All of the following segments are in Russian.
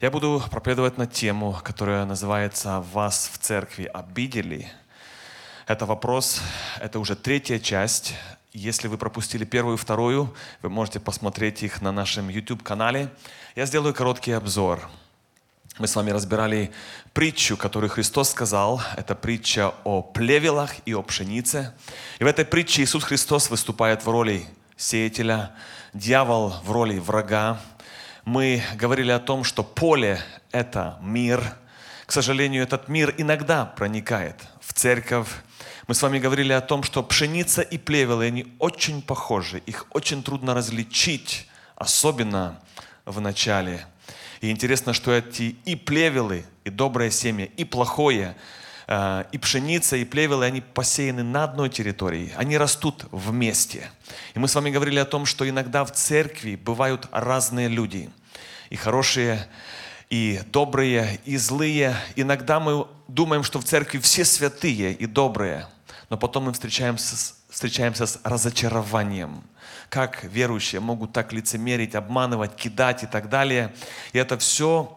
Я буду проповедовать на тему, которая называется «Вас в церкви обидели?». Это вопрос, это уже третья часть. Если вы пропустили первую и вторую, вы можете посмотреть их на нашем YouTube-канале. Я сделаю короткий обзор. Мы с вами разбирали притчу, которую Христос сказал. Это притча о плевелах и о пшенице. И в этой притче Иисус Христос выступает в роли сеятеля, дьявол в роли врага. Мы говорили о том, что поле – это мир. К сожалению, этот мир иногда проникает в церковь. Мы с вами говорили о том, что пшеница и плевелы, они очень похожи. Их очень трудно различить, особенно в начале. И интересно, что эти и плевелы, и доброе семя, и плохое, и пшеница, и плевелы, они посеяны на одной территории. Они растут вместе. И мы с вами говорили о том, что иногда в церкви бывают разные люди. И хорошие, и добрые, и злые. Иногда мы думаем, что в церкви все святые и добрые. Но потом мы встречаемся с разочарованием. Как верующие могут так лицемерить, обманывать, кидать и так далее. И это все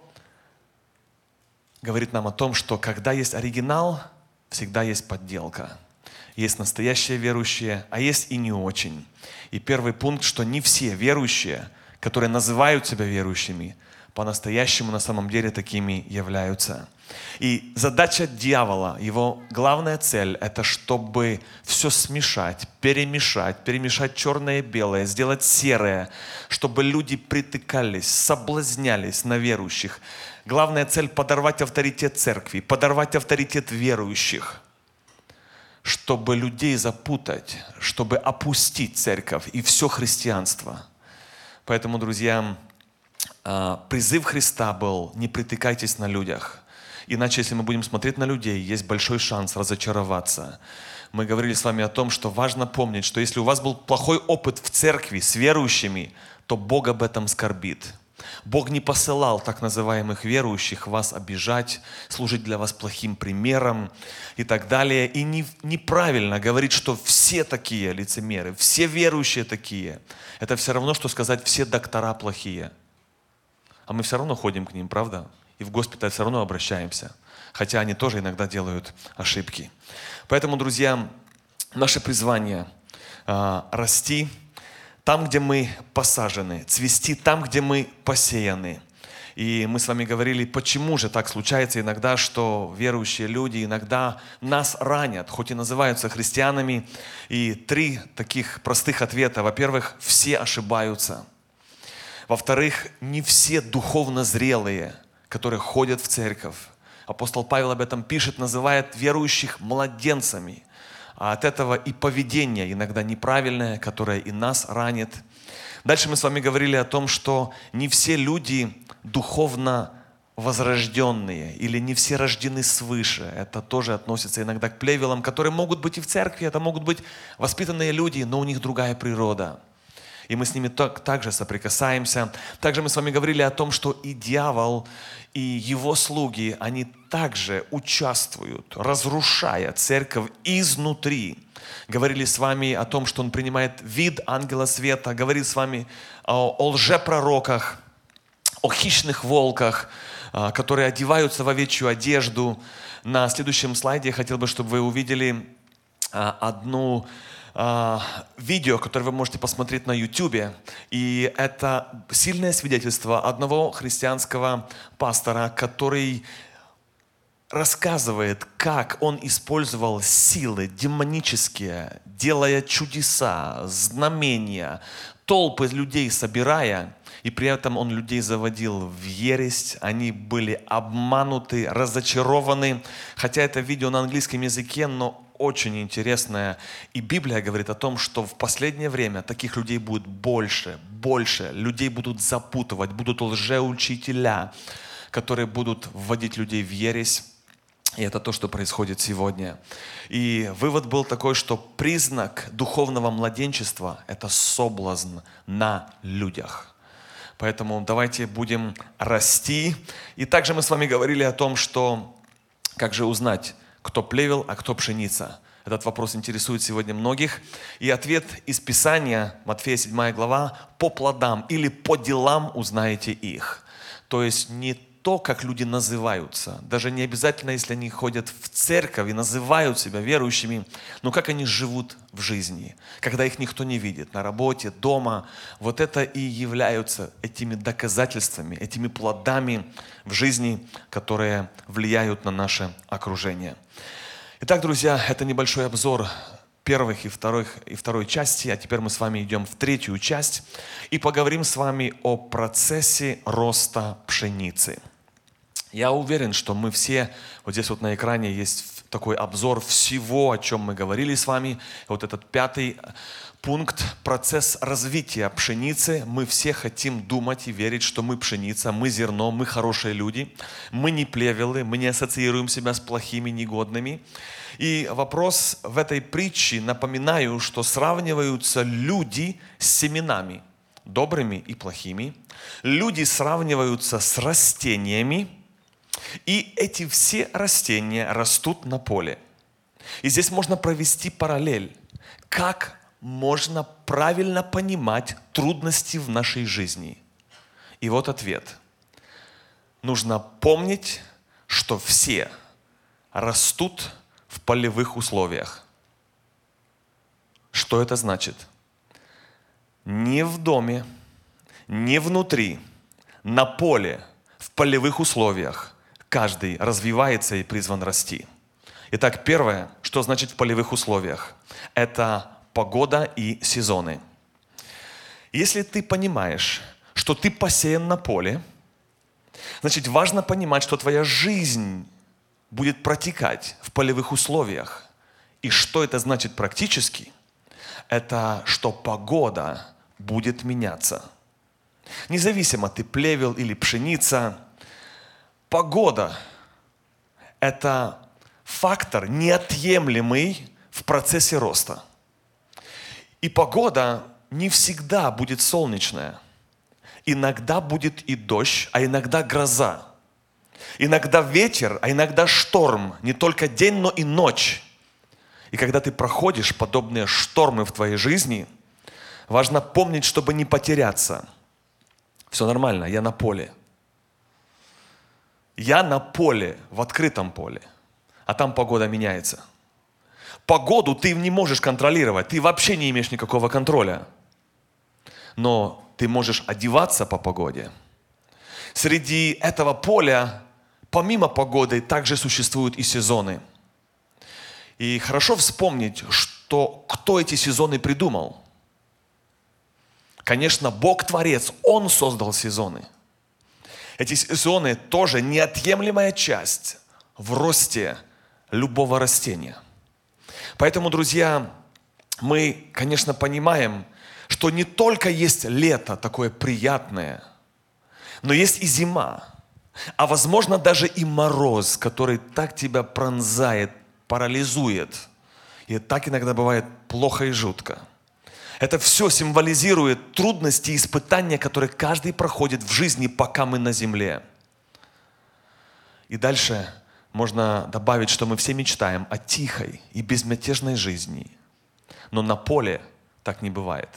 говорит нам о том, что когда есть оригинал, всегда есть подделка. Есть настоящие верующие, а есть и не очень. И первый пункт, что не все верующие, которые называют себя верующими, по-настоящему на самом деле такими являются. И задача дьявола, его главная цель, это чтобы все смешать, перемешать черное и белое, сделать серое, чтобы люди притыкались, соблазнялись на верующих. Главная цель – подорвать авторитет церкви, подорвать авторитет верующих, чтобы людей запутать, чтобы опустить церковь и все христианство. Поэтому, друзья, призыв Христа был: не притыкайтесь на людях. Иначе, если мы будем смотреть на людей, есть большой шанс разочароваться. Мы говорили с вами о том, что важно помнить, что если у вас был плохой опыт в церкви с верующими, то Бог об этом скорбит. Бог не посылал так называемых верующих вас обижать, служить для вас плохим примером и так далее. И неправильно говорить, что все такие лицемеры, все верующие такие. Это все равно, что сказать, все доктора плохие. А мы все равно ходим к ним, правда? И в госпиталь все равно обращаемся. Хотя они тоже иногда делают ошибки. Поэтому, друзья, наше призвание расти там, где мы посажены, цвести там, где мы посеяны. И мы с вами говорили, почему же так случается иногда, что верующие люди иногда нас ранят, хоть и называются христианами. И 3 таких простых ответа. Во-первых, все ошибаются. Во-вторых, не все духовно зрелые, которые ходят в церковь. Апостол Павел об этом пишет, называет верующих младенцами. А от этого и поведение иногда неправильное, которое и нас ранит. Дальше мы с вами говорили о том, что не все люди духовно возрожденные или не все рождены свыше. Это тоже относится иногда к плевелам, которые могут быть и в церкви, это могут быть воспитанные люди, но у них другая природа. И мы с ними также соприкасаемся. Также мы с вами говорили о том, что и дьявол, и его слуги, они также участвуют, разрушая церковь изнутри. Говорили с вами о том, что он принимает вид ангела света. Говорили с вами о лжепророках, о хищных волках, которые одеваются в овечью одежду. На следующем слайде я хотел бы, чтобы вы увидели одну видео, которое вы можете посмотреть на YouTube. И это сильное свидетельство одного христианского пастора, который рассказывает, как он использовал силы демонические, делая чудеса, знамения, толпы людей собирая, и при этом он людей заводил в ересь, они были обмануты, разочарованы. Хотя это видео на английском языке, но очень интересное. И Библия говорит о том, что в последнее время таких людей будет больше. Людей будут запутывать, будут лжеучителя, которые будут вводить людей в ересь. И это то, что происходит сегодня. И вывод был такой, что признак духовного младенчества – это соблазн на людях. Поэтому давайте будем расти. И также мы с вами говорили о том, что как же узнать, кто плевел, а кто пшеница. Этот вопрос интересует сегодня многих. И ответ из Писания, Матфея 7 глава, по плодам или по делам узнаете их. То есть не то, как люди называются. Даже не обязательно, если они ходят в церковь и называют себя верующими, но как они живут в жизни, когда их никто не видит, на работе, дома. Вот это и являются этими доказательствами, этими плодами в жизни, которые влияют на наше окружение. Итак, друзья, это небольшой обзор первой и второй части, а теперь мы с вами идем в третью часть и поговорим с вами о процессе роста пшеницы. Я уверен, что мы все, вот здесь вот на экране есть такой обзор всего, о чем мы говорили с вами. Вот этот 5 пункт, процесс развития пшеницы. Мы все хотим думать и верить, что мы пшеница, мы зерно, мы хорошие люди, мы не плевелы, мы не ассоциируем себя с плохими, негодными. И вопрос в этой притче, напоминаю, что сравниваются люди с семенами, добрыми и плохими. Люди сравниваются с растениями, и эти все растения растут на поле. И здесь можно провести параллель, как можно правильно понимать трудности в нашей жизни. И вот ответ. Нужно помнить, что все растут в полевых условиях. Что это значит? Не в доме, не внутри, на поле, в полевых условиях каждый развивается и призван расти. Итак, первое, что значит в полевых условиях? Это погода и сезоны. Если ты понимаешь, что ты посеян на поле, значит, важно понимать, что твоя жизнь будет протекать в полевых условиях. И что это значит практически? Это что погода будет меняться. Независимо, ты плевел или пшеница, погода – это фактор неотъемлемый в процессе роста. И погода не всегда будет солнечная. Иногда будет и дождь, а иногда гроза. Иногда ветер, а иногда шторм. Не только день, но и ночь. И когда ты проходишь подобные штормы в твоей жизни, важно помнить, чтобы не потеряться. Все нормально, я на поле. Я на поле, в открытом поле. А там погода меняется. Погоду ты не можешь контролировать. Ты вообще не имеешь никакого контроля. Но ты можешь одеваться по погоде. Среди этого поля, помимо погоды, также существуют и сезоны. И хорошо вспомнить, кто эти сезоны придумал. Конечно, Бог-творец, Он создал сезоны. Эти сезоны тоже неотъемлемая часть в росте любого растения. Поэтому, друзья, мы, конечно, понимаем, что не только есть лето такое приятное, но есть и зима, а возможно даже и мороз, который так тебя пронзает, парализует. И так иногда бывает плохо и жутко. Это все символизирует трудности и испытания, которые каждый проходит в жизни, пока мы на земле. И дальше можно добавить, что мы все мечтаем о тихой и безмятежной жизни. Но на поле так не бывает.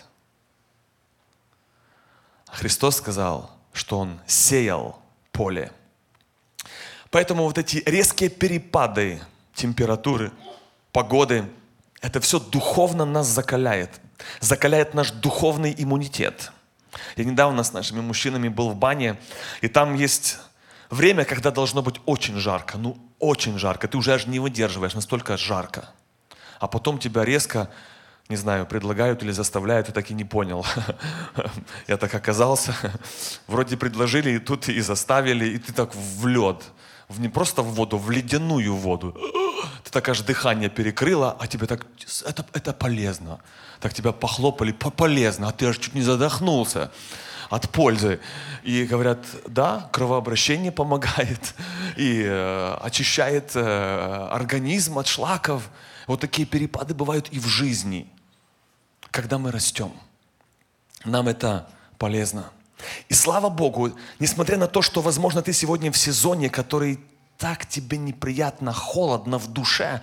Христос сказал, что Он сеял поле. Поэтому вот эти резкие перепады температуры, погоды, это все духовно нас закаляет. Закаляет наш духовный иммунитет. Я недавно с нашими мужчинами был в бане, и там есть время, когда должно быть очень жарко. Ну, очень жарко. Ты уже аж не выдерживаешь, настолько жарко. А потом тебя резко, не знаю, предлагают или заставляют, я так и не понял. Я так оказался. Вроде предложили, и тут и заставили, и ты так в лед. Не просто в воду, в ледяную воду. Ты так аж дыхание перекрыло, а тебе так, это полезно. Так тебя похлопали, полезно, а ты аж чуть не задохнулся от пользы. И говорят, да, кровообращение помогает и очищает организм от шлаков. Вот такие перепады бывают и в жизни, когда мы растем. Нам это полезно. И слава Богу, несмотря на то, что, возможно, ты сегодня в сезоне, который так тебе неприятно, холодно в душе,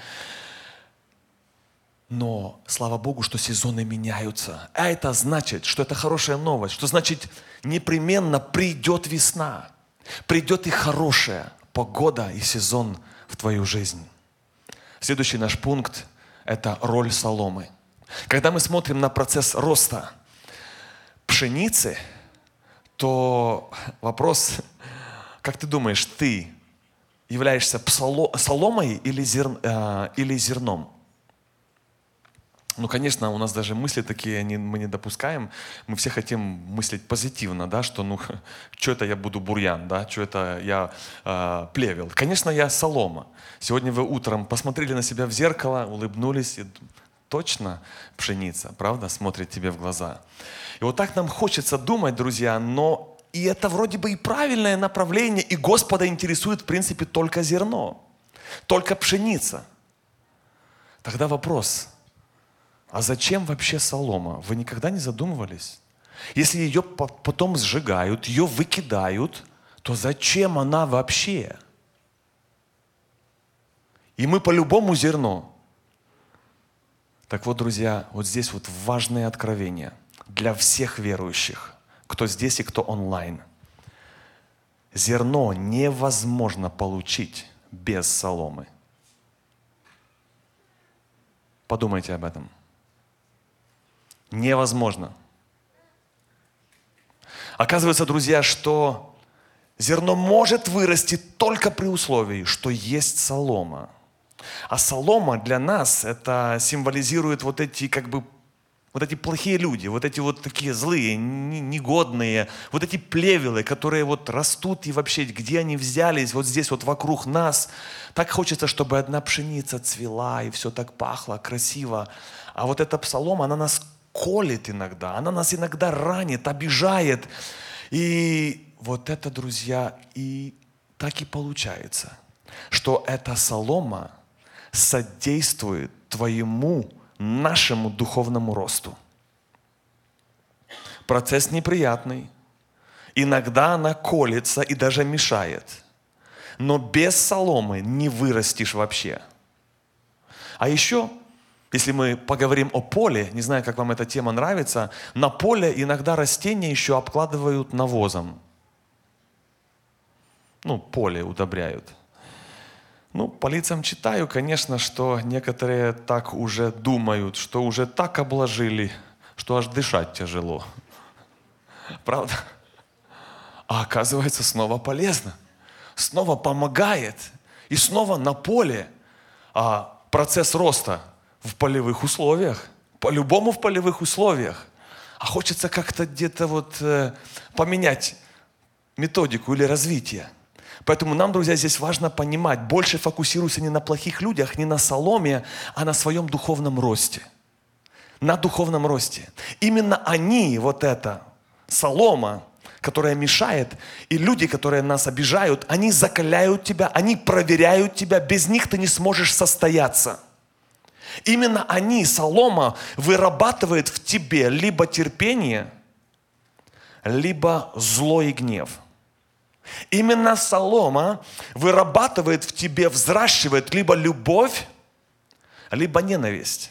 но слава Богу, что сезоны меняются. А это значит, что это хорошая новость, что значит непременно придет весна. Придет и хорошая погода и сезон в твою жизнь. Следующий наш пункт – это роль соломы. Когда мы смотрим на процесс роста пшеницы, то вопрос, как ты думаешь, ты являешься соломой или зерном? Ну, конечно, у нас даже мысли такие мы не допускаем. Мы все хотим мыслить позитивно, да, что что это я буду бурьян, да, что это я плевел. Конечно, я солома. Сегодня вы утром посмотрели на себя в зеркало, улыбнулись, и точно пшеница, правда, смотрит тебе в глаза. И вот так нам хочется думать, друзья, но и это вроде бы и правильное направление, и Господа интересует, в принципе, только зерно, только пшеница. Тогда вопрос: а зачем вообще солома? Вы никогда не задумывались? Если ее потом сжигают, ее выкидают, то зачем она вообще? И мы по-любому зерно. Так вот, друзья, вот здесь вот важное откровение для всех верующих, кто здесь и кто онлайн. Зерно невозможно получить без соломы. Подумайте об этом. Невозможно. Оказывается, друзья, что зерно может вырасти только при условии, что есть солома. А солома для нас это символизирует вот эти плохие люди, вот эти вот такие злые, негодные, вот эти плевелы, которые вот растут и вообще, где они взялись, вот здесь вот вокруг нас. Так хочется, чтобы одна пшеница цвела и все так пахло красиво. А вот эта солома, она нас колет иногда, она нас иногда ранит, обижает. И вот это, друзья, и так и получается, что эта солома содействует твоему, нашему духовному росту. Процесс неприятный. Иногда она колется и даже мешает. Но без соломы не вырастешь вообще. А еще, если мы поговорим о поле, не знаю, как вам эта тема нравится, на поле иногда растения еще обкладывают навозом. Поле удобряют. По лицам читаю, конечно, что некоторые так уже думают, что уже так обложили, что аж дышать тяжело. Правда? А оказывается, снова полезно. Снова помогает. И снова на поле процесс роста в полевых условиях. По-любому в полевых условиях. А хочется как-то где-то поменять методику или развитие. Поэтому нам, друзья, здесь важно понимать, больше фокусируйся не на плохих людях, не на соломе, а на своем духовном росте. На духовном росте. Именно они, вот эта солома, которая мешает, и люди, которые нас обижают, они закаляют тебя, они проверяют тебя, без них ты не сможешь состояться. Именно они, солома, вырабатывает в тебе либо терпение, либо злой гнев. Именно солома вырабатывает в тебе, взращивает либо любовь, либо ненависть.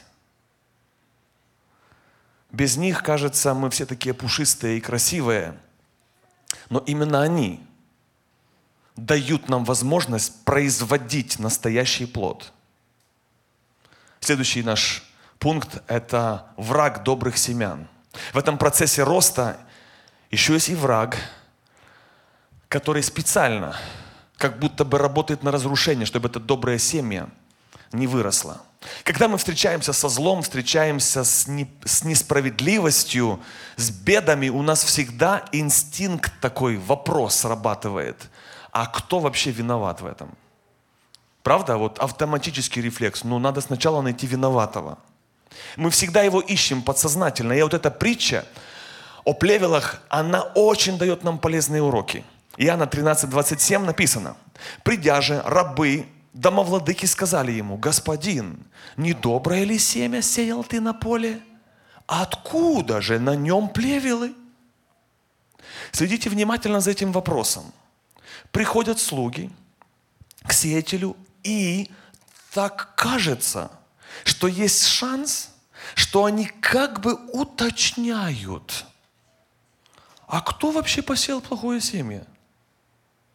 Без них, кажется, мы все такие пушистые и красивые. Но именно они дают нам возможность производить настоящий плод. Следующий наш пункт – это враг добрых семян. В этом процессе роста еще есть и враг, который специально, как будто бы работает на разрушение, чтобы это доброе семя не выросло. Когда мы встречаемся со злом, встречаемся с несправедливостью, с бедами, у нас всегда инстинкт такой, вопрос срабатывает. А кто вообще виноват в этом? Правда? Автоматический рефлекс. Надо сначала найти виноватого. Мы всегда его ищем подсознательно. И эта притча о плевелах, она очень дает нам полезные уроки. Иоанна 13:27 написано: «Придя же, рабы домовладыки сказали ему: Господин, недоброе ли семя сеял ты на поле? Откуда же на нем плевелы?» Следите внимательно за этим вопросом. Приходят слуги к сеятелю, и так кажется, что есть шанс, что они как бы уточняют: а кто вообще посеял плохое семя?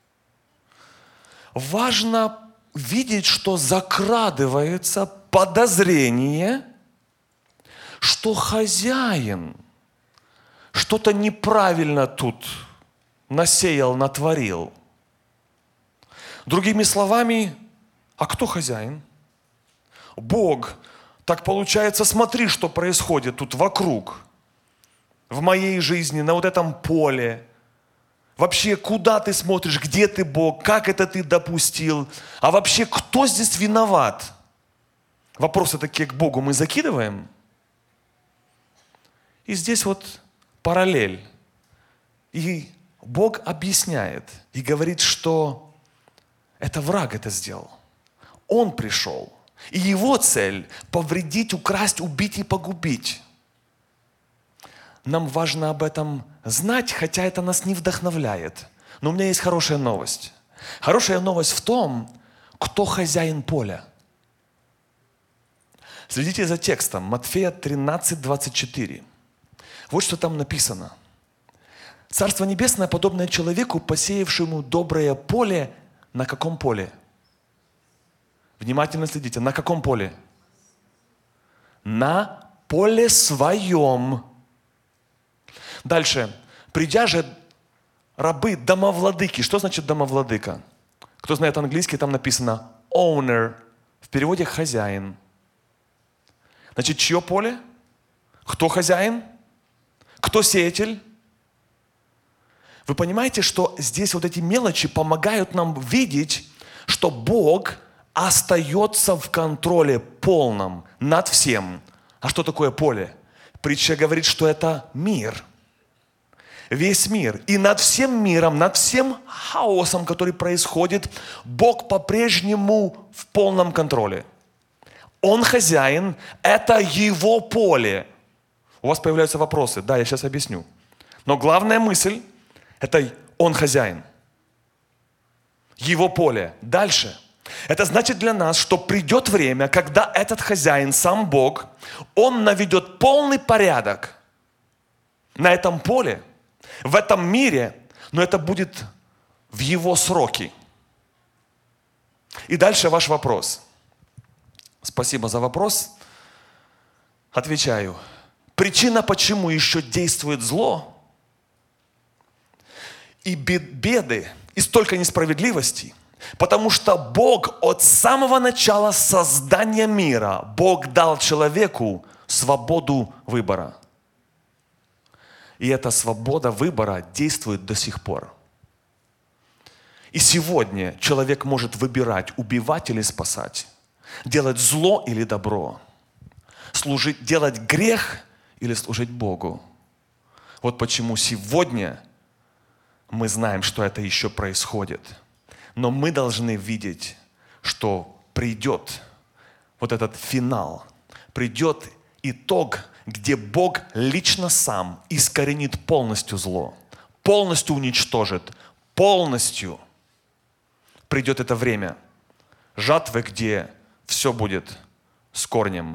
важно видеть, что закрадывается подозрение, что хозяин что-то неправильно тут насеял, натворил. Другими словами, а кто хозяин? Бог. Так получается, смотри, что происходит тут вокруг, в моей жизни, на вот этом поле. Вообще, куда ты смотришь, где ты, Бог, как это ты допустил? А вообще, кто здесь виноват? Вопросы такие к Богу мы закидываем. И здесь вот параллель. И Бог объясняет и говорит, что это враг это сделал. Он пришел. И его цель – повредить, украсть, убить и погубить. Нам важно об этом знать, хотя это нас не вдохновляет. Но у меня есть хорошая новость. Хорошая новость в том, кто хозяин поля. Следите за текстом. Матфея 13:24. Вот что там написано. Царство Небесное подобное человеку, посеявшему доброе поле. На каком поле? Внимательно следите. На каком поле? На поле своем. Дальше. Придя же рабы домовладыки. Что значит домовладыка? Кто знает английский, там написано owner. В переводе хозяин. Значит, чье поле? Кто хозяин? Кто сеятель? Вы понимаете, что здесь вот эти мелочи помогают нам видеть, что Бог остается в контроле полном над всем. А что такое поле? Притча говорит, что это мир. Весь мир. И над всем миром, над всем хаосом, который происходит, Бог по-прежнему в полном контроле. Он хозяин, это его поле. У вас появляются вопросы. Да, я сейчас объясню. Но главная мысль – это он хозяин. Его поле. Дальше. Это значит для нас, что придет время, когда этот хозяин, сам Бог, он наведет полный порядок на этом поле, в этом мире, но это будет в его сроки. И дальше ваш вопрос. Спасибо за вопрос. Отвечаю. Причина, почему еще действует зло и беды, и столько несправедливости, потому что Бог от самого начала создания мира, Бог дал человеку свободу выбора. И эта свобода выбора действует до сих пор. И сегодня человек может выбирать, убивать или спасать, делать зло или добро, служить, делать грех или служить Богу. Вот почему сегодня мы знаем, что это еще происходит. Но мы должны видеть, что придет вот этот финал, придет итог, где Бог лично сам искоренит полностью зло, полностью уничтожит, полностью придет это время жатвы, где все будет с корнем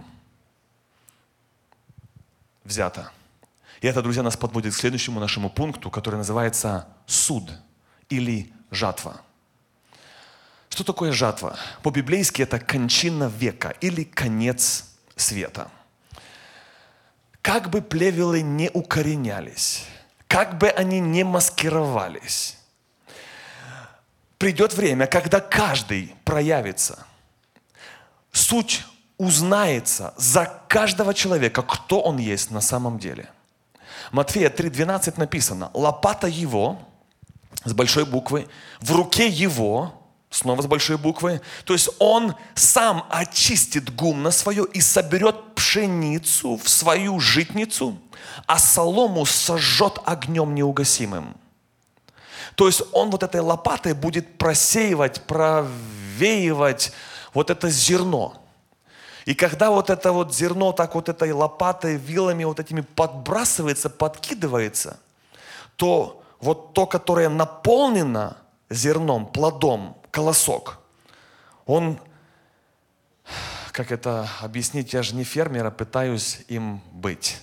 взято. И это, друзья, нас подводит к следующему нашему пункту, который называется суд или жатва. Что такое жатва? По-библейски это кончина века или конец света. Как бы плевелы не укоренялись, как бы они не маскировались, придет время, когда каждый проявится. Суть узнается за каждого человека, кто он есть на самом деле. Матфея 3:12 написано: лопата его, с большой буквы, в руке его, снова с большой буквы, то есть он сам очистит гумно свое и соберет пшеницу в свою житницу, а солому сожжет огнем неугасимым. То есть он вот этой лопатой будет просеивать, провеивать вот это зерно. И когда вот это вот зерно так вот этой лопатой, вилами вот этими подбрасывается, подкидывается, то вот то, которое наполнено зерном, плодом, колосок, он, как это объяснить, я же не фермер, а пытаюсь им быть.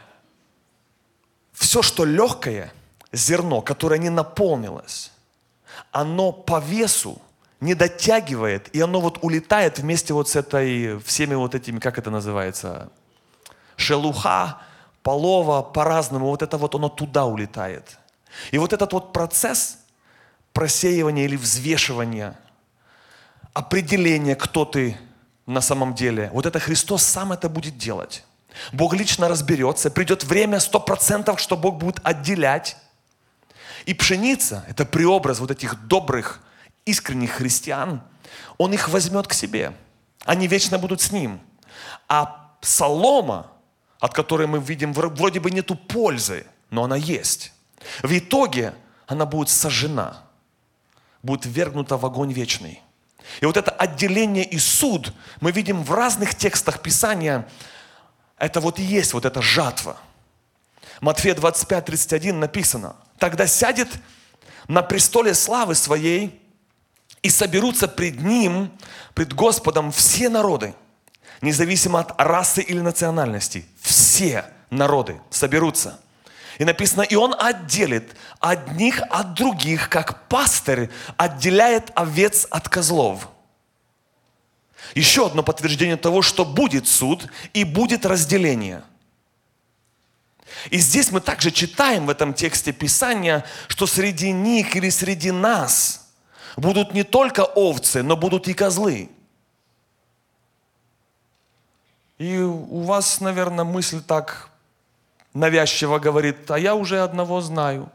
Все, что легкое, зерно, которое не наполнилось, оно по весу не дотягивает, и оно вот улетает вместе вот с этой, всеми вот этими, как это называется, шелуха, полова, по-разному, вот это вот оно туда улетает. И вот этот вот процесс просеивания или взвешивания, определения, кто ты на самом деле, вот это Христос сам это будет делать. Бог лично разберется, придет время 100%, что Бог будет отделять. И пшеница, это преобраз вот этих добрых, искренних христиан, Он их возьмет к себе. Они вечно будут с Ним. А солома, от которой мы видим, вроде бы нету пользы, но она есть. В итоге она будет сожжена, будет ввергнута в огонь вечный. И вот это отделение и суд мы видим в разных текстах Писания. Это вот и есть вот эта жатва. Матфея 25:31 написано: «Тогда сядет на престоле славы своей, и соберутся пред Ним, пред Господом все народы, независимо от расы или национальности». Все народы соберутся. И написано: «И Он отделит одних от других, как пастырь отделяет овец от козлов». Еще одно подтверждение того, что будет суд и будет разделение. И здесь мы также читаем в этом тексте Писания, что среди них или среди нас будут не только овцы, но будут и козлы. И у вас, наверное, мысль так навязчиво говорит: а я уже одного знаю.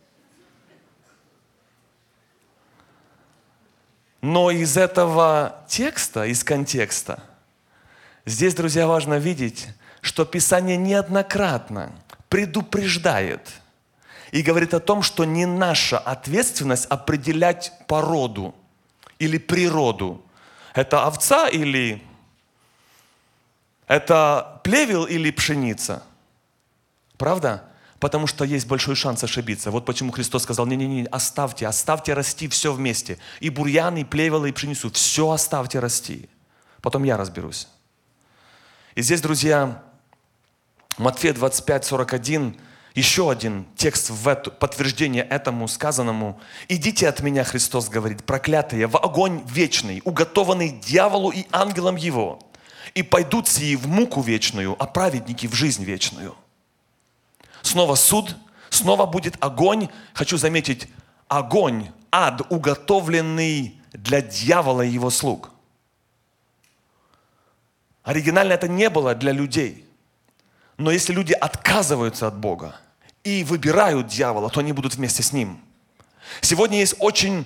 Но из этого текста, из контекста, здесь, друзья, важно видеть, что Писание неоднократно предупреждает и говорит о том, что не наша ответственность определять породу или природу. Это овца или это плевел или пшеница. Правда? Потому что есть большой шанс ошибиться. Вот почему Христос сказал: не-не-не, оставьте расти все вместе. И бурьян, и плевел, и пшеницу. Все оставьте расти. Потом я разберусь. И здесь, друзья, Матфея 25:41, еще один текст в подтверждение этому сказанному. «Идите от меня, Христос говорит, проклятые, в огонь вечный, уготованный дьяволу и ангелам его, и пойдут сии в муку вечную, а праведники в жизнь вечную». Снова суд, снова будет огонь. Хочу заметить, огонь, ад, уготовленный для дьявола и его слуг. Оригинально это не было для людей. Но если люди отказываются от Бога и выбирают дьявола, то они будут вместе с ним. Сегодня есть очень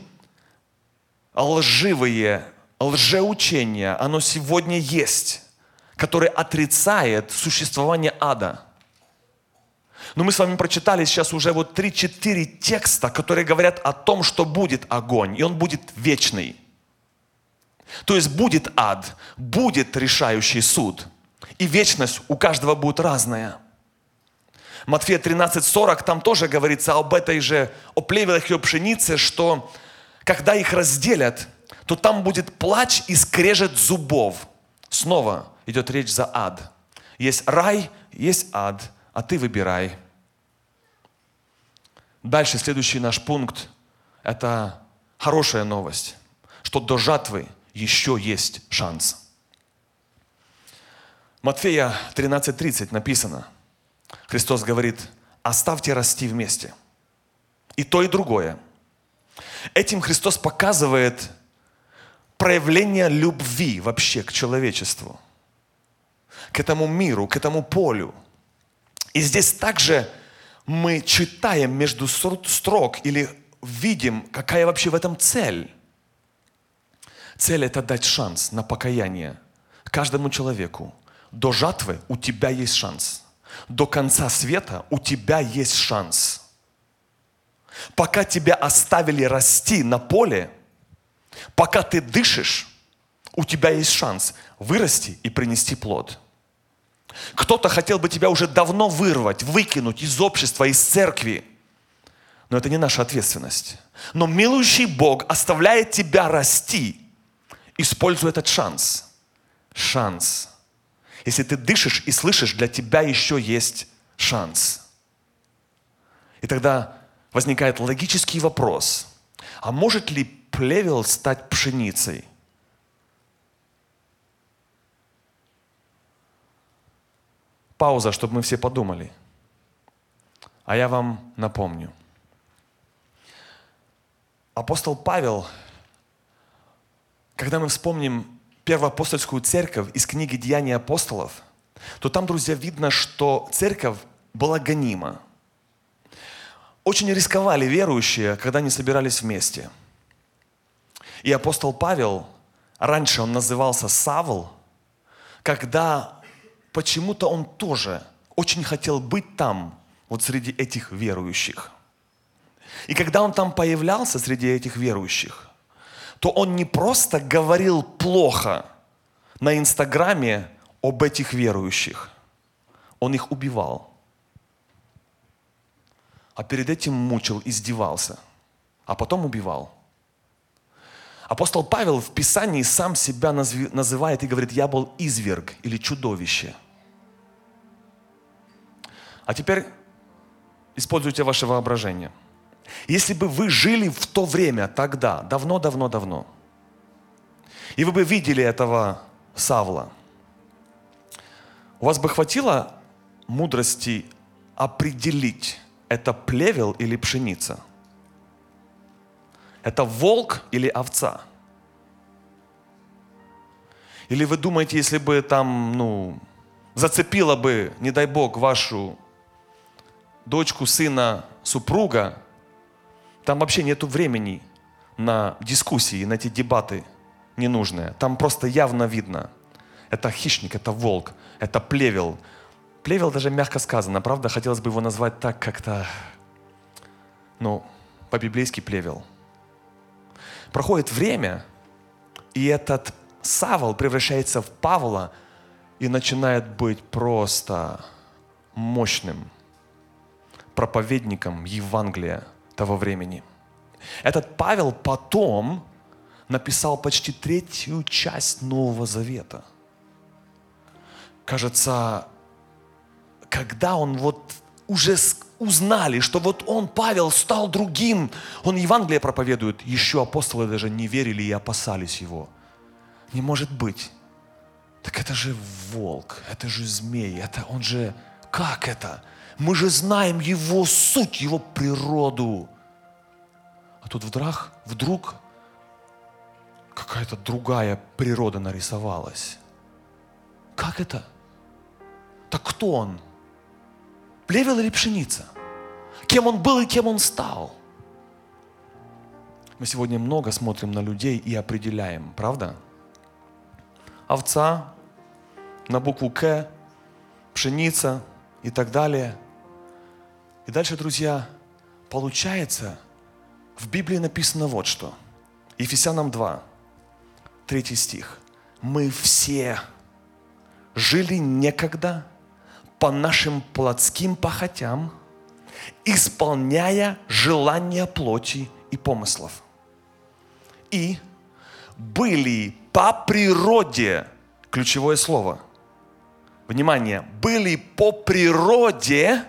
лжеучение, оно сегодня есть, которое отрицает существование ада. Но мы с вами прочитали сейчас уже вот 3-4 текста, которые говорят о том, что будет огонь, и он будет вечный. То есть будет ад, будет решающий суд. И вечность у каждого будет разная. Матфея 13:40, там тоже говорится об этой же, о плевелах и о пшенице, что когда их разделят, то там будет плач и скрежет зубов. Снова идет речь за ад. Есть рай, есть ад, а ты выбирай. Дальше, следующий наш пункт, это хорошая новость, что до жатвы еще есть шанс. Матфея 13:30 написано, Христос говорит: оставьте расти вместе. И то, и другое. Этим Христос показывает проявление любви вообще к человечеству, к этому миру, к этому полю. И здесь также мы читаем между строк или видим, какая вообще в этом цель. Цель – это дать шанс на покаяние каждому человеку. До жатвы у тебя есть шанс. До конца света у тебя есть шанс. Пока тебя оставили расти на поле, пока ты дышишь, у тебя есть шанс вырасти и принести плод. Кто-то хотел бы тебя уже давно вырвать, выкинуть из общества, из церкви. Но это не наша ответственность. Но милующий Бог оставляет тебя расти. Используй этот шанс. Шанс. Если ты дышишь и слышишь, для тебя еще есть шанс. И тогда возникает логический вопрос. А может ли плевел стать пшеницей? Пауза, чтобы мы все подумали. А я вам напомню. Апостол Павел, когда мы вспомним первоапостольскую церковь из книги «Деяния апостолов», то там, друзья, видно, что церковь была гонима. Очень рисковали верующие, когда они собирались вместе. И апостол Павел, раньше он назывался Савл, когда почему-то он тоже очень хотел быть там, вот среди этих верующих. И когда он там появлялся среди этих верующих, то он не просто говорил плохо на Инстаграме об этих верующих, он их убивал. А перед этим мучил, издевался, а потом убивал. Апостол Павел в Писании сам себя называет и говорит: я был изверг или чудовище. А теперь используйте ваше воображение. Если бы вы жили в то время, тогда, давно, и вы бы видели этого Савла, у вас бы хватило мудрости определить, это плевел или пшеница? Это волк или овца? Или вы думаете, если бы там, зацепило бы, не дай Бог, вашу дочку, сына, супруга, там вообще нету времени на дискуссии, на эти дебаты ненужные. Там просто явно видно. Это хищник, это волк, это плевел. Плевел даже мягко сказано, правда? Хотелось бы его назвать так как-то, по-библейски плевел. Проходит время, и этот Савл превращается в Павла и начинает быть просто мощным проповедником Евангелия того времени. Этот Павел потом написал почти 3 часть Нового Завета. Кажется, когда он уже узнали, что он, Павел, стал другим, он Евангелие проповедует, еще апостолы даже не верили и опасались его. Не может быть. Так это же волк, это же змей, он же... Как это? Мы же знаем его суть, его природу. А тут вдруг какая-то другая природа нарисовалась. Как это? Так кто он? Плевел или пшеница? Кем он был и кем он стал? Мы сегодня много смотрим на людей и определяем, правда? Овца, на букву К, пшеница и так далее. И дальше, друзья, получается, в Библии написано вот что. Ефесянам 2, 3 стих. Мы все жили некогда по нашим плотским похотям, исполняя желания плоти и помыслов. И были по природе, ключевое слово, внимание, были по природе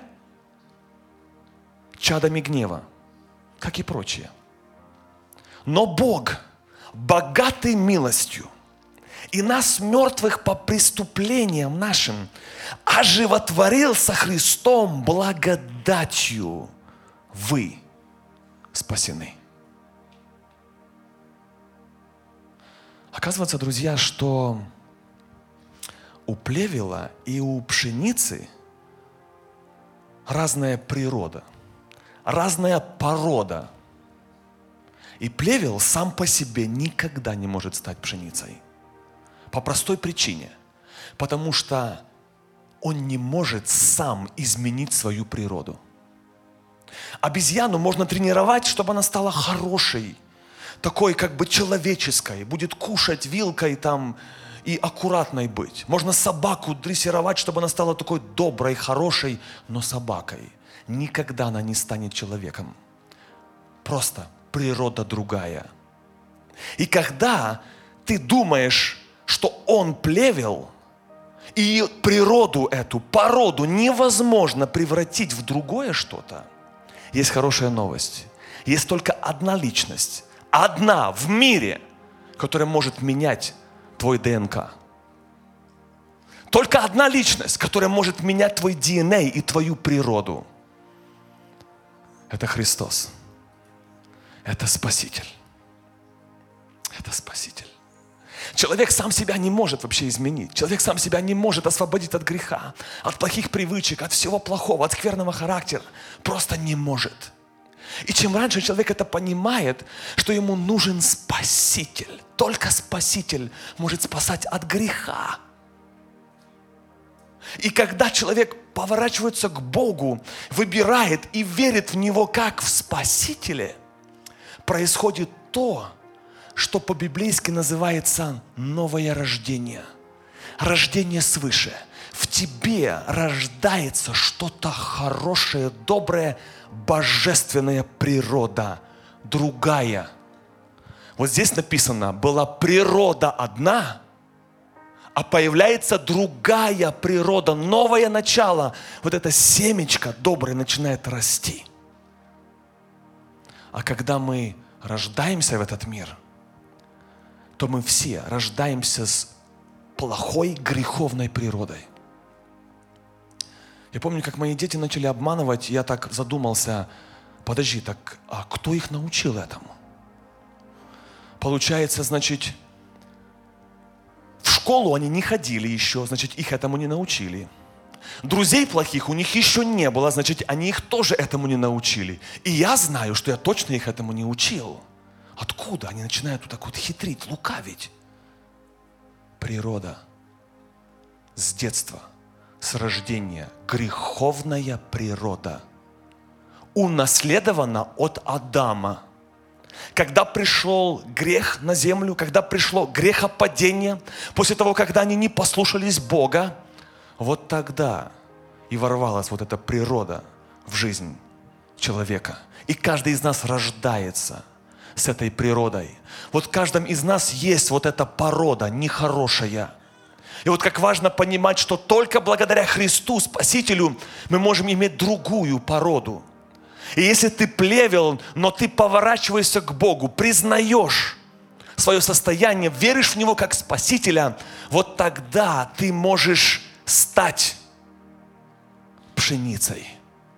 чадами гнева, как и прочие. Но Бог, богатый милостью, и нас, мертвых по преступлениям нашим, оживотворил со Христом благодатью. Вы спасены. Оказывается, друзья, что у плевела и у пшеницы разная природа, разная порода. И плевел сам по себе никогда не может стать пшеницей. По простой причине. Потому что он не может сам изменить свою природу. Обезьяну можно тренировать, чтобы она стала хорошей, такой как бы человеческой, будет кушать вилкой там и аккуратной быть. Можно собаку дрессировать, чтобы она стала такой доброй, хорошей, но собакой. Никогда она не станет человеком. Просто природа другая. И когда ты думаешь, что он плевел, и природу эту, породу невозможно превратить в другое что-то, есть хорошая новость. Есть только одна личность, одна в мире, которая может менять твой ДНК. Только одна личность, которая может менять твой ДНК и твою природу. Это Христос. Это Спаситель. Это Спаситель. Человек сам себя не может вообще изменить. Человек сам себя не может освободить от греха, от плохих привычек, от всего плохого, от скверного характера. Просто не может. И чем раньше человек это понимает, что ему нужен Спаситель, только Спаситель может спасать от греха. И когда человек поворачивается к Богу, выбирает и верит в Него как в Спасителя, происходит то, что по-библейски называется новое рождение. Рождение свыше. В тебе рождается что-то хорошее, доброе, божественная природа, другая. Вот здесь написано, была природа одна, а появляется другая природа, новое начало. Вот это семечко доброе начинает расти. А когда мы рождаемся в этот мир, то мы все рождаемся с плохой греховной природой. Я помню, как мои дети начали обманывать, я так задумался, подожди, так а кто их научил этому? Получается, значит, в школу они не ходили еще, значит, их этому не научили. Друзей плохих у них еще не было, значит, они их тоже этому не научили. И я знаю, что я точно их этому не учил. Откуда? Они начинают вот так вот хитрить, лукавить. Природа. С детства, с рождения, греховная природа унаследована от Адама. Когда пришел грех на землю, когда пришло грехопадение, после того, когда они не послушались Бога, вот тогда и ворвалась вот эта природа в жизнь человека. И каждый из нас рождается с этой природой. Вот в каждом из нас есть вот эта порода нехорошая. И вот как важно понимать, что только благодаря Христу, Спасителю, мы можем иметь другую породу. И если ты плевел, но ты поворачиваешься к Богу, признаешь свое состояние, веришь в Него как Спасителя, вот тогда ты можешь стать пшеницей.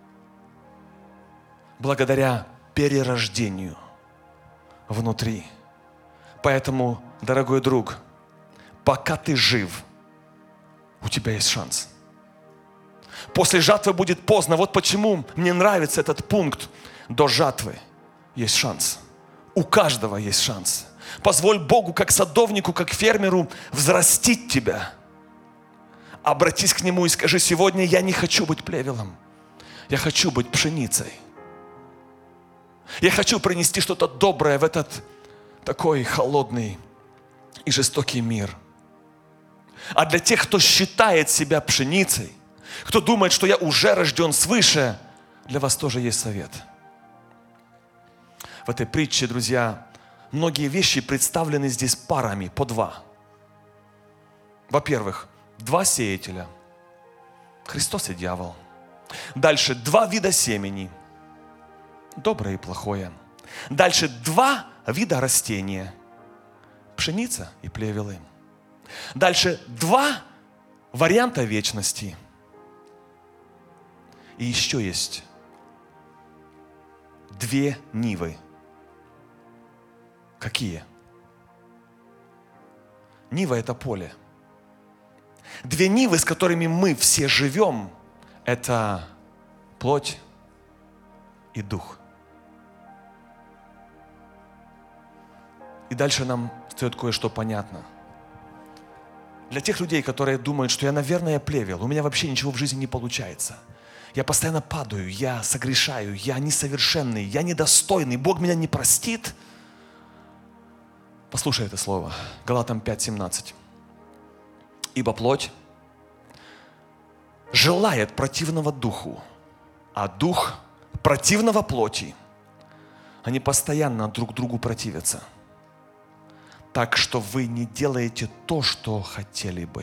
Благодаря перерождению внутри. Поэтому, дорогой друг, пока ты жив, у тебя есть шанс. После жатвы будет поздно. Вот почему мне нравится этот пункт. До жатвы есть шанс. У каждого есть шанс. Позволь Богу, как садовнику, как фермеру, взрастить тебя. Обратись к Нему и скажи: сегодня я не хочу быть плевелом. Я хочу быть пшеницей. Я хочу принести что-то доброе в этот такой холодный и жестокий мир. А для тех, кто считает себя пшеницей, кто думает, что я уже рожден свыше, для вас тоже есть совет. В этой притче, друзья, многие вещи представлены здесь парами, по два. Во-первых, два сеятеля. Христос и дьявол. Дальше, два вида семени. Доброе и плохое. Дальше, два вида растения. Пшеница и плевелы. Дальше, два варианта вечности. И еще есть две нивы. Какие? Нива – это поле. Две нивы, с которыми мы все живем, это плоть и дух. И дальше нам стоит кое-что понятно. Для тех людей, которые думают, что я, наверное, плевел, у меня вообще ничего в жизни не получается. Я постоянно падаю, я согрешаю, я несовершенный, я недостойный, Бог меня не простит. Послушай это слово. Галатам 5:17. Ибо плоть желает противного духу, а дух противного плоти. Они постоянно друг другу противятся. Так что вы не делаете то, что хотели бы.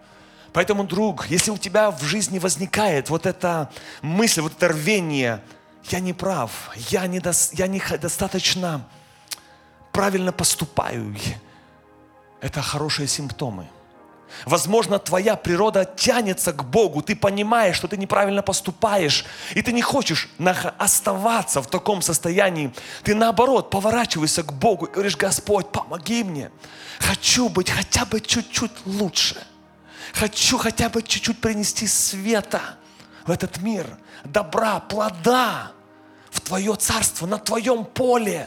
Поэтому, друг, если у тебя в жизни возникает вот эта мысль, вот это рвение я не прав, я недостаточно правильно поступаю. Это хорошие симптомы. Возможно, твоя природа тянется к Богу, ты понимаешь, что ты неправильно поступаешь, и ты не хочешь оставаться в таком состоянии. Ты наоборот поворачиваешься к Богу и говоришь: Господь, помоги мне. Хочу быть хотя бы чуть-чуть лучше. Хочу хотя бы чуть-чуть принести света в этот мир, добра, плода в Твое царство, на Твоем поле.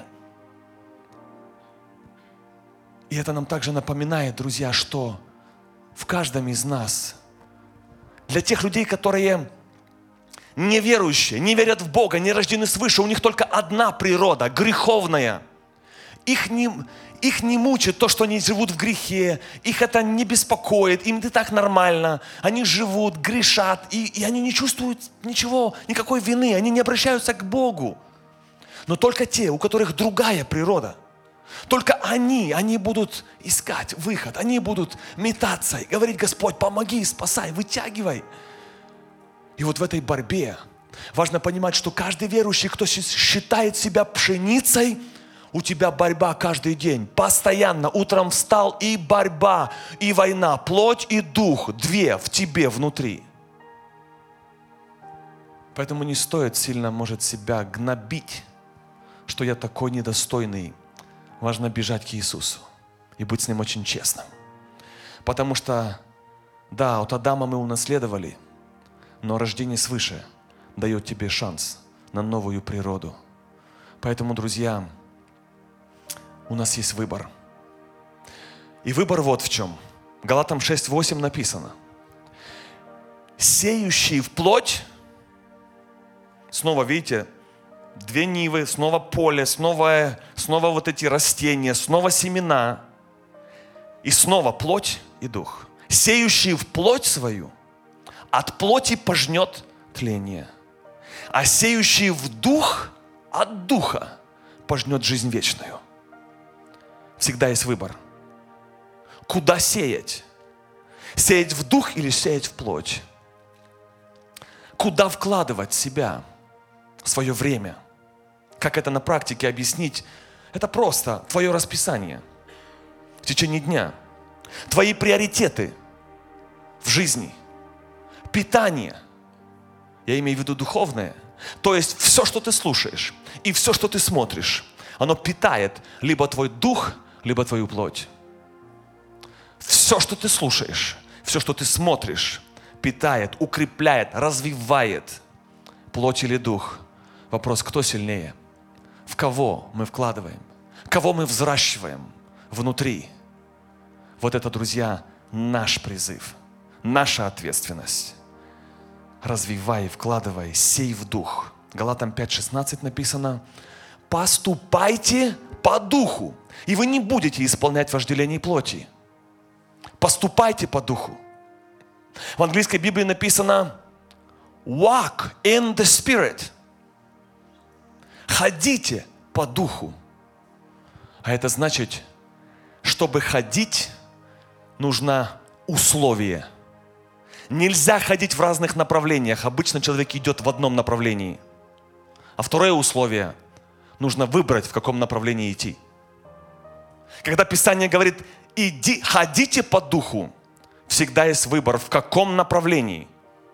И это нам также напоминает, друзья, что в каждом из нас, для тех людей, которые неверующие, не верят в Бога, не рождены свыше, у них только одна природа, греховная. Их не мучает то, что они живут в грехе, их это не беспокоит, им это так нормально. Они живут, грешат, и они не чувствуют ничего, никакой вины, они не обращаются к Богу. Но только те, у которых другая природа, только они будут искать выход, они будут метаться и говорить: Господь, помоги, спасай, вытягивай. И вот в этой борьбе важно понимать, что каждый верующий, кто считает себя пшеницей, у тебя борьба каждый день, постоянно. Утром встал, и борьба, и война, плоть и дух, две в тебе внутри. Поэтому не стоит сильно, может, себя гнобить, что я такой недостойный. Важно бежать к Иисусу и быть с Ним очень честным. Потому что, да, от Адама мы унаследовали, но рождение свыше дает тебе шанс на новую природу. Поэтому, друзья, у нас есть выбор. И выбор вот в чем. Галатам 6:8 написано: сеющий в плоть, снова видите, две нивы, снова поле, снова вот эти растения, снова семена, и снова плоть и дух. Сеющий в плоть свою от плоти пожнет тление, а сеющий в дух от духа пожнет жизнь вечную. Всегда есть выбор. Куда сеять? Сеять в дух или сеять в плоть? Куда вкладывать себя, свое время? Как это на практике объяснить? Это просто твое расписание в течение дня, твои приоритеты в жизни, питание, я имею в виду духовное, то есть все, что ты слушаешь и все, что ты смотришь, оно питает либо твой дух, либо твою плоть. Все, что ты слушаешь, все, что ты смотришь, питает, укрепляет, развивает плоть или дух. Вопрос: кто сильнее? В кого мы вкладываем? Кого мы взращиваем внутри? Вот это, друзья, наш призыв, наша ответственность. Развивай, вкладывай, сей в дух. Галатам 5:16 написано: поступайте по духу, и вы не будете исполнять вожделение плоти. Поступайте по духу. В английской Библии написано walk in the spirit. Ходите по духу. А это значит, чтобы ходить, нужно условие. Нельзя ходить в разных направлениях. Обычно человек идет в одном направлении. А второе условие: нужно выбрать, в каком направлении идти. Когда Писание говорит: ходите по духу, всегда есть выбор, в каком направлении.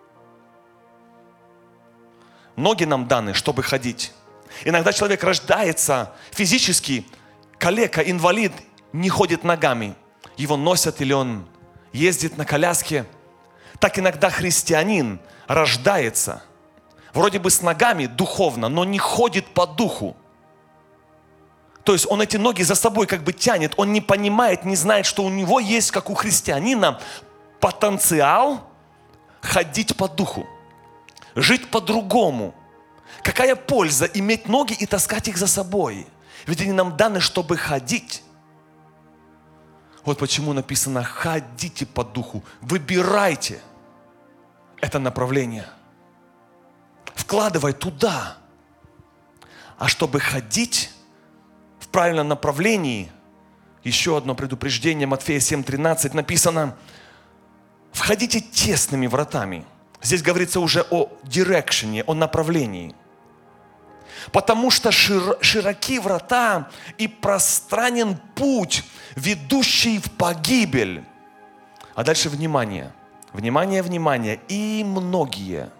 Ноги нам даны, чтобы ходить. Иногда человек рождается физически, калека, инвалид, не ходит ногами. Его носят или он ездит на коляске. Так иногда христианин рождается, вроде бы с ногами духовно, но не ходит по духу. То есть он эти ноги за собой как бы тянет, он не понимает, не знает, что у него есть, как у христианина, потенциал ходить по духу, жить по-другому. Какая польза иметь ноги и таскать их за собой? Ведь они нам даны, чтобы ходить. Вот почему написано: ходите по духу, выбирайте это направление, вкладывай туда. А чтобы ходить в правильном направлении, еще одно предупреждение, Матфея 7:13 написано: входите тесными вратами. Здесь говорится уже о дирекшене, о направлении. Потому что широки врата и пространен путь, ведущий в погибель. А дальше внимание. Внимание, внимание. И многие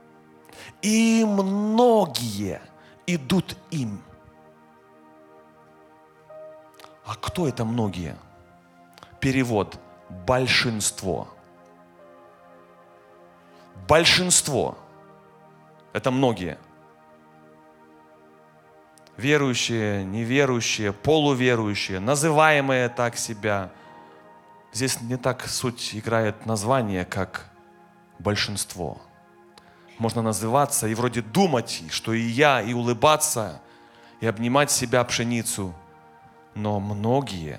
идут им. А кто это многие? Перевод. Большинство. Большинство. Это многие. Верующие, неверующие, полуверующие, называемые так себя. Здесь не так суть играет название, как большинство. Можно называться и вроде думать, что и я, и улыбаться, и обнимать себя пшеницу. Но многие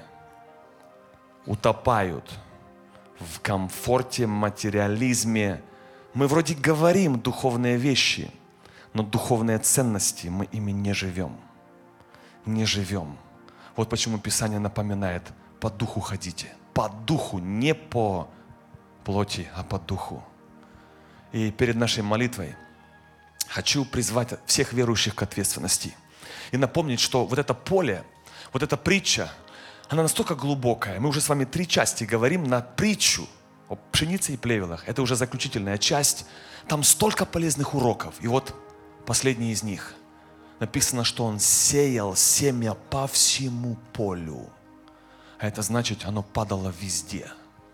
утопают в комфорте, материализме. Мы вроде говорим духовные вещи, но духовные ценности мы ими не живем. Не живем. Вот почему Писание напоминает: по духу ходите. По духу, не по плоти, а по духу. И перед нашей молитвой хочу призвать всех верующих к ответственности. И напомнить, что вот это поле, вот эта притча, она настолько глубокая. Мы уже с вами 3 части говорим на притчу о пшенице и плевелах. Это уже заключительная часть. Там столько полезных уроков. И вот последний из них. Написано, что он сеял семя по всему полю. А это значит, оно падало везде.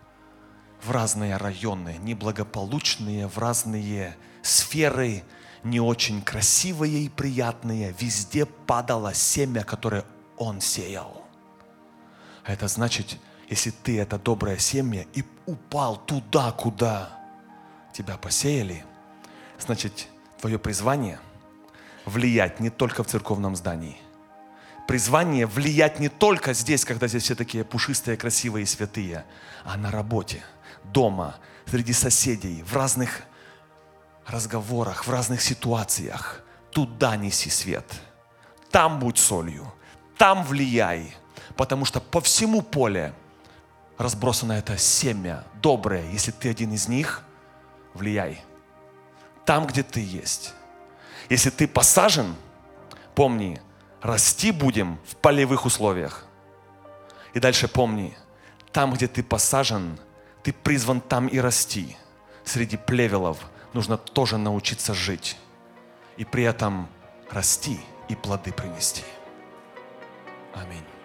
В разные районы, неблагополучные, в разные сферы, не очень красивые и приятные. Везде падало семя, которое он сеял. А это значит, если ты это доброе семя и упал туда, куда тебя посеяли, значит, твое призвание влиять не только в церковном здании. Призвание влиять не только здесь, когда здесь все такие пушистые, красивые и святые, а на работе, дома, среди соседей, в разных разговорах, в разных ситуациях. Туда неси свет. Там будь солью. Там влияй. Потому что по всему полю разбросано это семя доброе. Если ты один из них, влияй. Там, где ты есть. Если ты посажен, помни, расти будем в полевых условиях. И дальше помни, там, где ты посажен, ты призван там и расти. Среди плевелов нужно тоже научиться жить. И при этом расти и плоды принести. Аминь.